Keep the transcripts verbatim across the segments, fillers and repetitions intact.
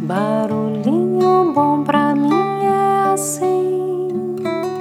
Barulhinho bom pra mim é assim,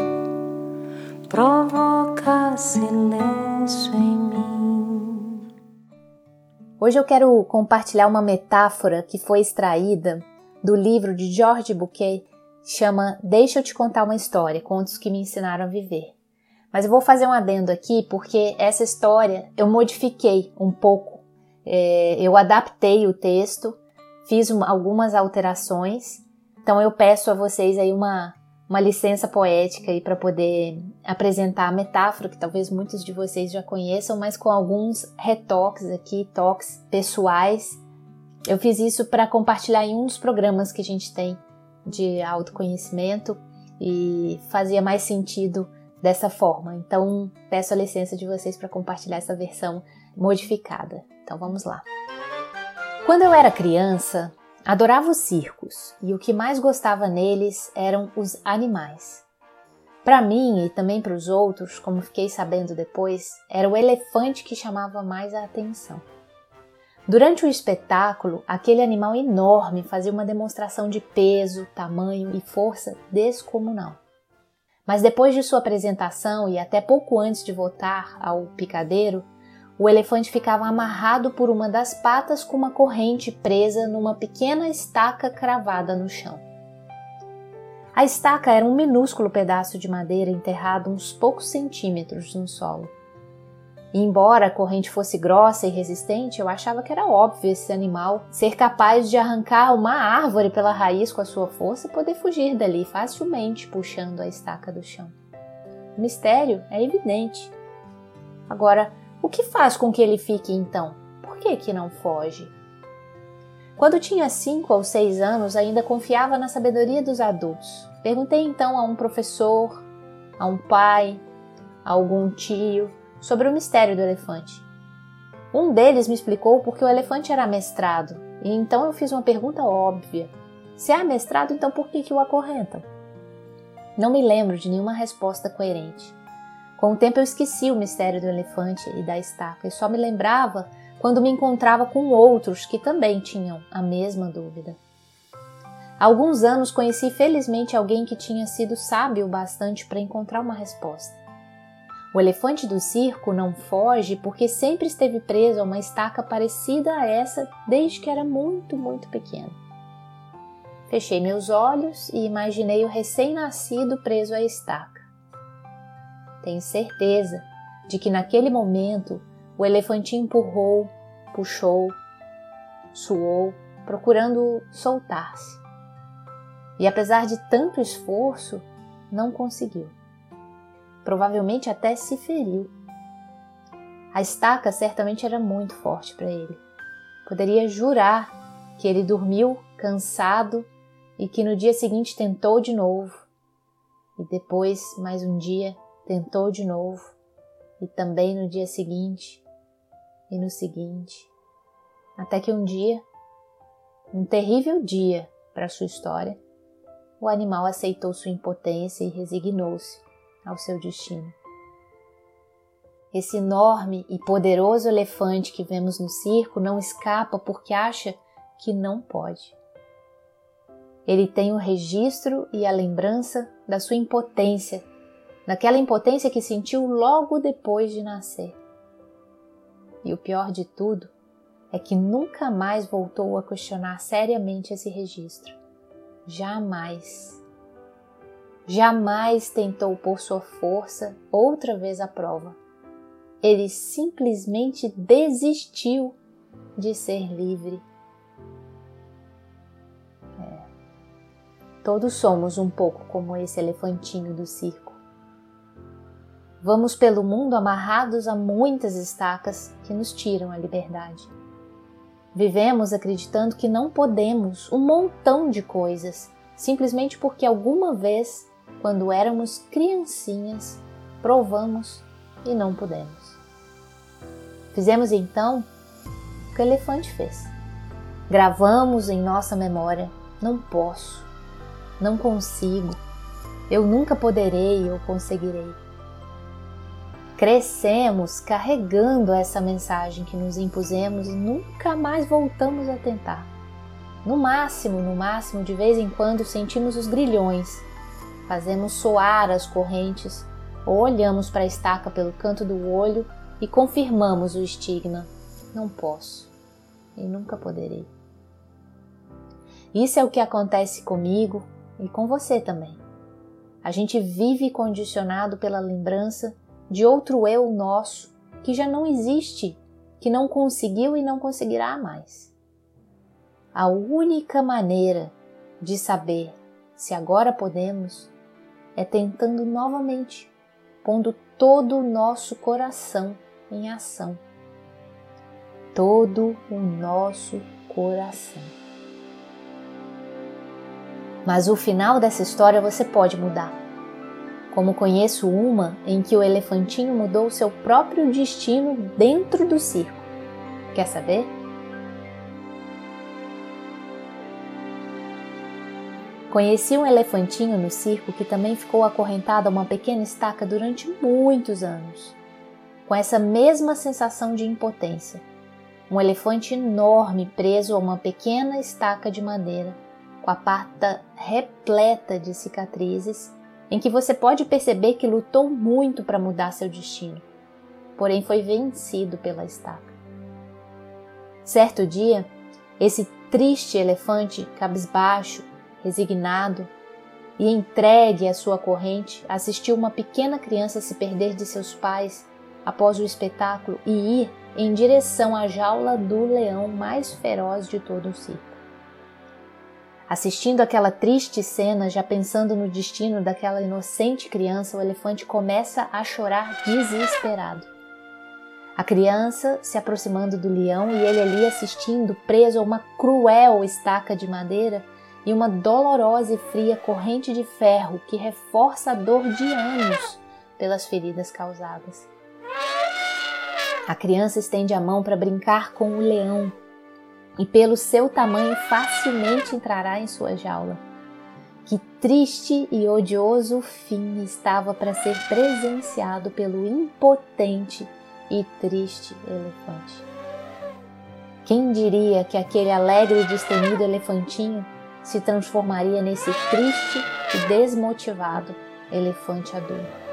provoca silêncio em mim. Hoje eu quero compartilhar uma metáfora que foi extraída do livro de George Buquet, que chama Deixa eu te contar uma história, contos que me ensinaram a viver. Mas eu vou fazer um adendo aqui porque essa história eu modifiquei um pouco, é, eu adaptei o texto, fiz uma, algumas alterações, então eu peço a vocês aí uma, uma licença poética aí para poder apresentar a metáfora, que talvez muitos de vocês já conheçam, mas com alguns retoques aqui, toques pessoais. Eu fiz isso para compartilhar em um dos programas que a gente tem de autoconhecimento e fazia mais sentido dessa forma. Então, peço a licença de vocês para compartilhar essa versão modificada. Então, vamos lá. Quando eu era criança, adorava os circos e o que mais gostava neles eram os animais. Para mim e também para os outros, como fiquei sabendo depois, era o elefante que chamava mais a atenção. Durante o espetáculo, aquele animal enorme fazia uma demonstração de peso, tamanho e força descomunal. Mas depois de sua apresentação e até pouco antes de voltar ao picadeiro, o elefante ficava amarrado por uma das patas com uma corrente presa numa pequena estaca cravada no chão. A estaca era um minúsculo pedaço de madeira enterrado uns poucos centímetros no solo. E embora a corrente fosse grossa e resistente, eu achava que era óbvio esse animal ser capaz de arrancar uma árvore pela raiz com a sua força e poder fugir dali facilmente puxando a estaca do chão. O mistério é evidente. Agora, o que faz com que ele fique então? Por que que não foge? Quando tinha cinco ou seis anos, ainda confiava na sabedoria dos adultos. Perguntei então a um professor, a um pai, a algum tio, sobre o mistério do elefante. Um deles me explicou porque o elefante era amestrado, e então eu fiz uma pergunta óbvia. Se é amestrado, então por que que o acorrentam? Não me lembro de nenhuma resposta coerente. Com o tempo eu esqueci o mistério do elefante e da estaca, e só me lembrava quando me encontrava com outros que também tinham a mesma dúvida. Há alguns anos conheci felizmente alguém que tinha sido sábio o bastante para encontrar uma resposta. O elefante do circo não foge porque sempre esteve preso a uma estaca parecida a essa desde que era muito, muito pequeno. Fechei meus olhos e imaginei o recém-nascido preso à estaca. Tenho certeza de que naquele momento o elefantinho empurrou, puxou, suou, procurando soltar-se. E apesar de tanto esforço, não conseguiu. Provavelmente até se feriu. A estaca certamente era muito forte para ele. Poderia jurar que ele dormiu cansado e que no dia seguinte tentou de novo. E depois, mais um dia, tentou de novo, e também no dia seguinte, e no seguinte, até que um dia, um terrível dia para sua história, o animal aceitou sua impotência e resignou-se ao seu destino. Esse enorme e poderoso elefante que vemos no circo não escapa porque acha que não pode. Ele tem o registro e a lembrança da sua impotência, daquela impotência que sentiu logo depois de nascer. E o pior de tudo é que nunca mais voltou a questionar seriamente esse registro. Jamais. Jamais tentou pôr sua força outra vez à prova. Ele simplesmente desistiu de ser livre. É. Todos somos um pouco como esse elefantinho do circo. Vamos pelo mundo amarrados a muitas estacas que nos tiram a liberdade. Vivemos acreditando que não podemos um montão de coisas, simplesmente porque alguma vez, quando éramos criancinhas, provamos e não pudemos. Fizemos então o que o elefante fez. Gravamos em nossa memória: não posso, não consigo, eu nunca poderei ou conseguirei. Crescemos carregando essa mensagem que nos impusemos e nunca mais voltamos a tentar. No máximo, no máximo, de vez em quando sentimos os grilhões, fazemos soar as correntes ou olhamos para a estaca pelo canto do olho e confirmamos o estigma: não posso e nunca poderei. Isso é o que acontece comigo e com você também. A gente vive condicionado pela lembrança de outro eu nosso que já não existe, que não conseguiu e não conseguirá mais. A única maneira de saber se agora podemos é tentando novamente, pondo todo o nosso coração em ação. Todo o nosso coração. Mas o final dessa história você pode mudar. Como conheço uma em que o elefantinho mudou o seu próprio destino dentro do circo. Quer saber? Conheci um elefantinho no circo que também ficou acorrentado a uma pequena estaca durante muitos anos, com essa mesma sensação de impotência. Um elefante enorme preso a uma pequena estaca de madeira, com a pata repleta de cicatrizes, em que você pode perceber que lutou muito para mudar seu destino, porém foi vencido pela estaca. Certo dia, esse triste elefante, cabisbaixo, resignado e entregue à sua corrente, assistiu uma pequena criança se perder de seus pais após o espetáculo e ir em direção à jaula do leão mais feroz de todo o circo. Assistindo aquela triste cena, já pensando no destino daquela inocente criança, o elefante começa a chorar desesperado. A criança se aproximando do leão e ele ali assistindo, preso a uma cruel estaca de madeira e uma dolorosa e fria corrente de ferro que reforça a dor de anos pelas feridas causadas. A criança estende a mão para brincar com o leão e pelo seu tamanho facilmente entrará em sua jaula. Que triste e odioso fim estava para ser presenciado pelo impotente e triste elefante. Quem diria que aquele alegre e destemido elefantinho se transformaria nesse triste e desmotivado elefante adulto?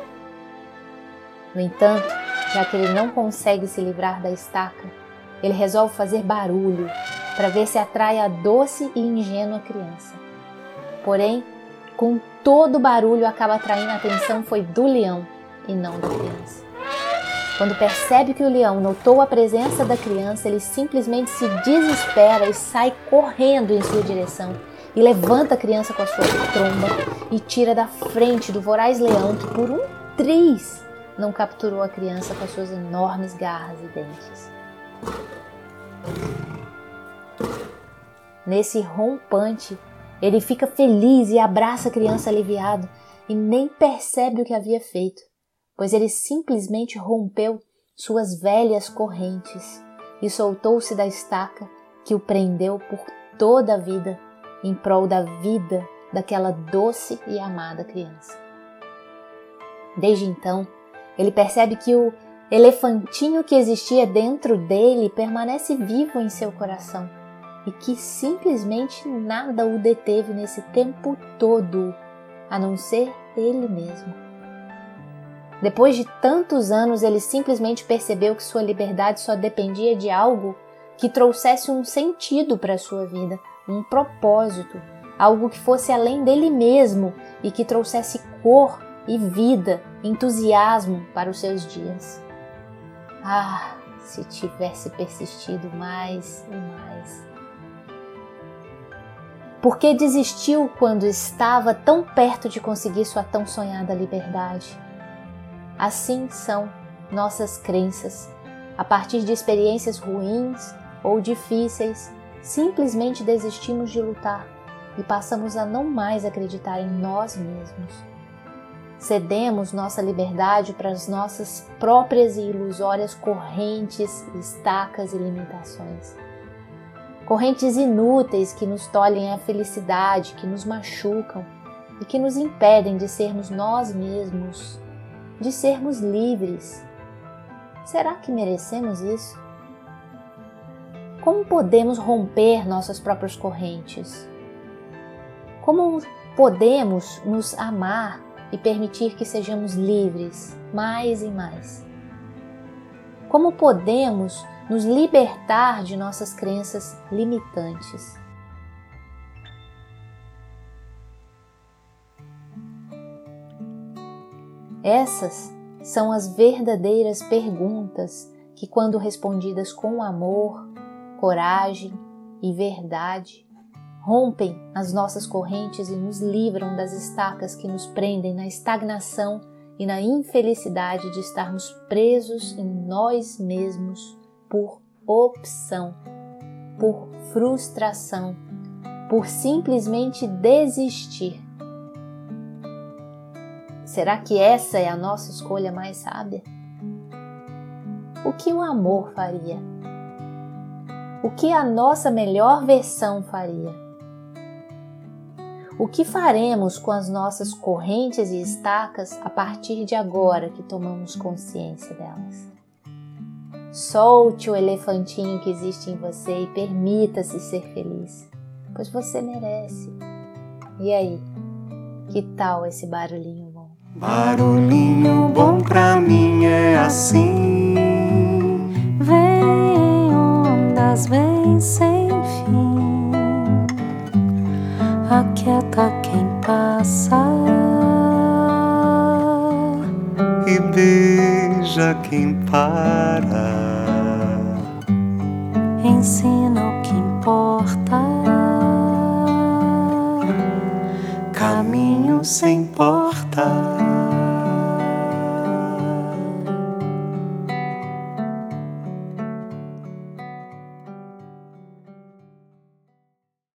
No entanto, já que ele não consegue se livrar da estaca, ele resolve fazer barulho para ver se atrai a doce e ingênua criança. Porém, com todo o barulho acaba atraindo a atenção foi do leão e não da criança. Quando percebe que o leão notou a presença da criança, ele simplesmente se desespera e sai correndo em sua direção e levanta a criança com a sua tromba e tira da frente do voraz leão que por um triz não capturou a criança com as suas enormes garras e dentes. Nesse rompante, ele fica feliz e abraça a criança aliviado e nem percebe o que havia feito, pois ele simplesmente rompeu suas velhas correntes e soltou-se da estaca que o prendeu por toda a vida em prol da vida daquela doce e amada criança. Desde então, ele percebe que o elefantinho que existia dentro dele permanece vivo em seu coração e que simplesmente nada o deteve nesse tempo todo, a não ser ele mesmo. Depois de tantos anos, ele simplesmente percebeu que sua liberdade só dependia de algo que trouxesse um sentido para a sua vida, um propósito, algo que fosse além dele mesmo e que trouxesse cor e vida, entusiasmo para os seus dias. Ah, se tivesse persistido mais e mais. Por que desistiu quando estava tão perto de conseguir sua tão sonhada liberdade? Assim são nossas crenças. A partir de experiências ruins ou difíceis, simplesmente desistimos de lutar e passamos a não mais acreditar em nós mesmos. Cedemos nossa liberdade para as nossas próprias e ilusórias correntes, estacas e limitações. Correntes inúteis que nos tolhem a felicidade, que nos machucam e que nos impedem de sermos nós mesmos, de sermos livres. Será que merecemos isso? Como podemos romper nossas próprias correntes? Como podemos nos amar e permitir que sejamos livres mais e mais? Como podemos nos libertar de nossas crenças limitantes? Essas são as verdadeiras perguntas que, quando respondidas com amor, coragem e verdade, rompem as nossas correntes e nos livram das estacas que nos prendem na estagnação e na infelicidade de estarmos presos em nós mesmos por opção, por frustração, por simplesmente desistir. Será que essa é a nossa escolha mais sábia? O que o amor faria? O que a nossa melhor versão faria? O que faremos com as nossas correntes e estacas a partir de agora que tomamos consciência delas? Solte o elefantinho que existe em você e permita-se ser feliz, pois você merece. E aí, que tal esse barulhinho bom? Barulhinho bom pra mim é assim. Vem em ondas, vem sem fim. Aquieta quem passa E beija quem para. ensina o que importa. Caminho sem porta.